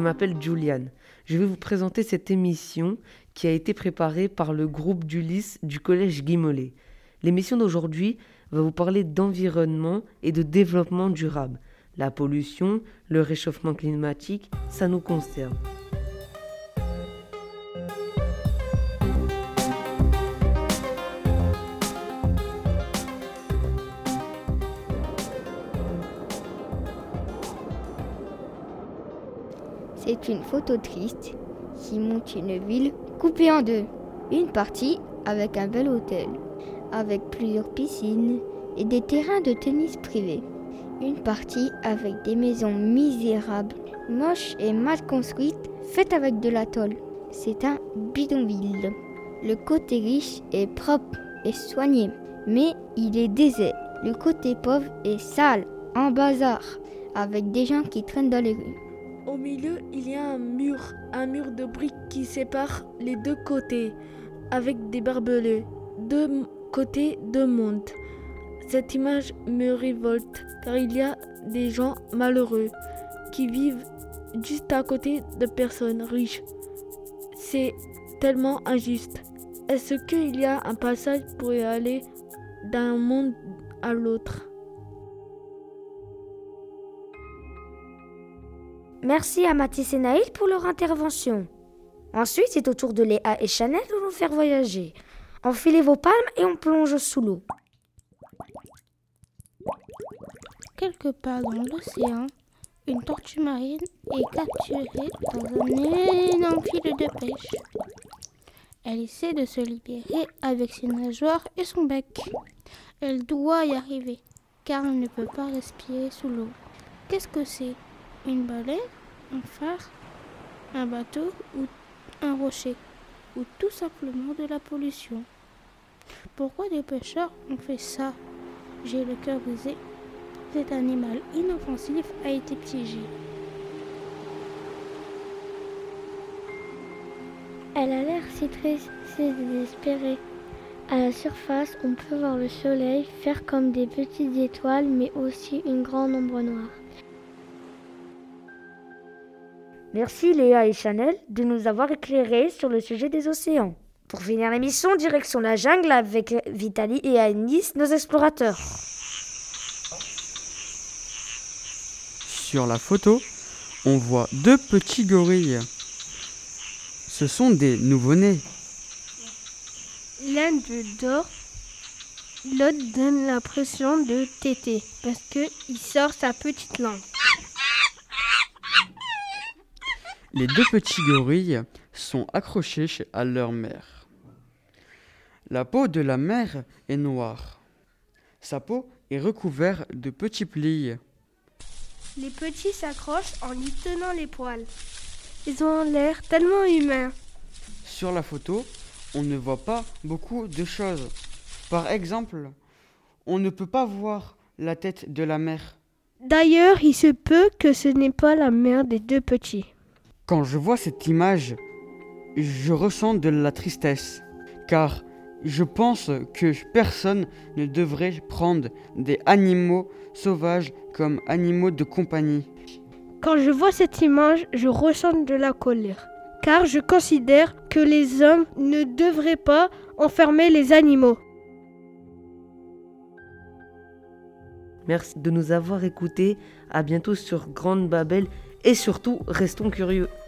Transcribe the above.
m'appelle Juliane. Je vais vous présenter cette émission qui a été préparée par le groupe d'Ulysse du collège Guy Mollet. L'émission d'aujourd'hui va vous parler d'environnement et de développement durable. La pollution, le réchauffement climatique, ça nous concerne. C'est une photo triste qui montre une ville coupée en deux. Une partie avec un bel hôtel, avec plusieurs piscines et des terrains de tennis privés. Une partie avec des maisons misérables, moches et mal construites, faites avec de la tôle. C'est un bidonville. Le côté riche est propre et soigné, mais il est désert. Le côté pauvre est sale, en bazar, avec des gens qui traînent dans les rues. Au milieu, il y a un mur de briques qui sépare les deux côtés, avec des barbelés. Deux côtés, deux mondes. Cette image me révolte, car il y a des gens malheureux qui vivent juste à côté de personnes riches. C'est tellement injuste. Est-ce qu'il y a un passage pour aller d'un monde à l'autre ? Merci à Mathis et Naïl pour leur intervention. Ensuite, c'est au tour de Léa et Chanel de nous faire voyager. Enfilez vos palmes et on plonge sous l'eau. Quelque part dans l'océan, une tortue marine est capturée dans un énorme filet de pêche. Elle essaie de se libérer avec ses nageoires et son bec. Elle doit y arriver, car elle ne peut pas respirer sous l'eau. Qu'est-ce que c'est ? Une baleine, un phare, un bateau ou un rocher, ou tout simplement de la pollution. Pourquoi les pêcheurs ont fait ça ? J'ai le cœur brisé. Cet animal inoffensif a été piégé. Elle a l'air si triste, si désespérée. À la surface, on peut voir le soleil faire comme des petites étoiles, mais aussi une grande ombre noire. Merci Léa et Chanel de nous avoir éclairés sur le sujet des océans. Pour finir l'émission, direction la jungle avec Vitali et Anis, nos explorateurs. Sur la photo, on voit deux petits gorilles. Ce sont des nouveau-nés. L'un d'eux dort, l'autre donne l'impression de téter parce qu'il sort sa petite langue. Les deux petits gorilles sont accrochés à leur mère. La peau de la mère est noire. Sa peau est recouverte de petits plis. Les petits s'accrochent en lui tenant les poils. Ils ont l'air tellement humains. Sur la photo, on ne voit pas beaucoup de choses. Par exemple, on ne peut pas voir la tête de la mère. D'ailleurs, il se peut que ce n'est pas la mère des deux petits. Quand je vois cette image, je ressens de la tristesse, car je pense que personne ne devrait prendre des animaux sauvages comme animaux de compagnie. Quand je vois cette image, je ressens de la colère, car je considère que les hommes ne devraient pas enfermer les animaux. Merci de nous avoir écoutés. À bientôt sur Grande Babel et surtout, restons curieux.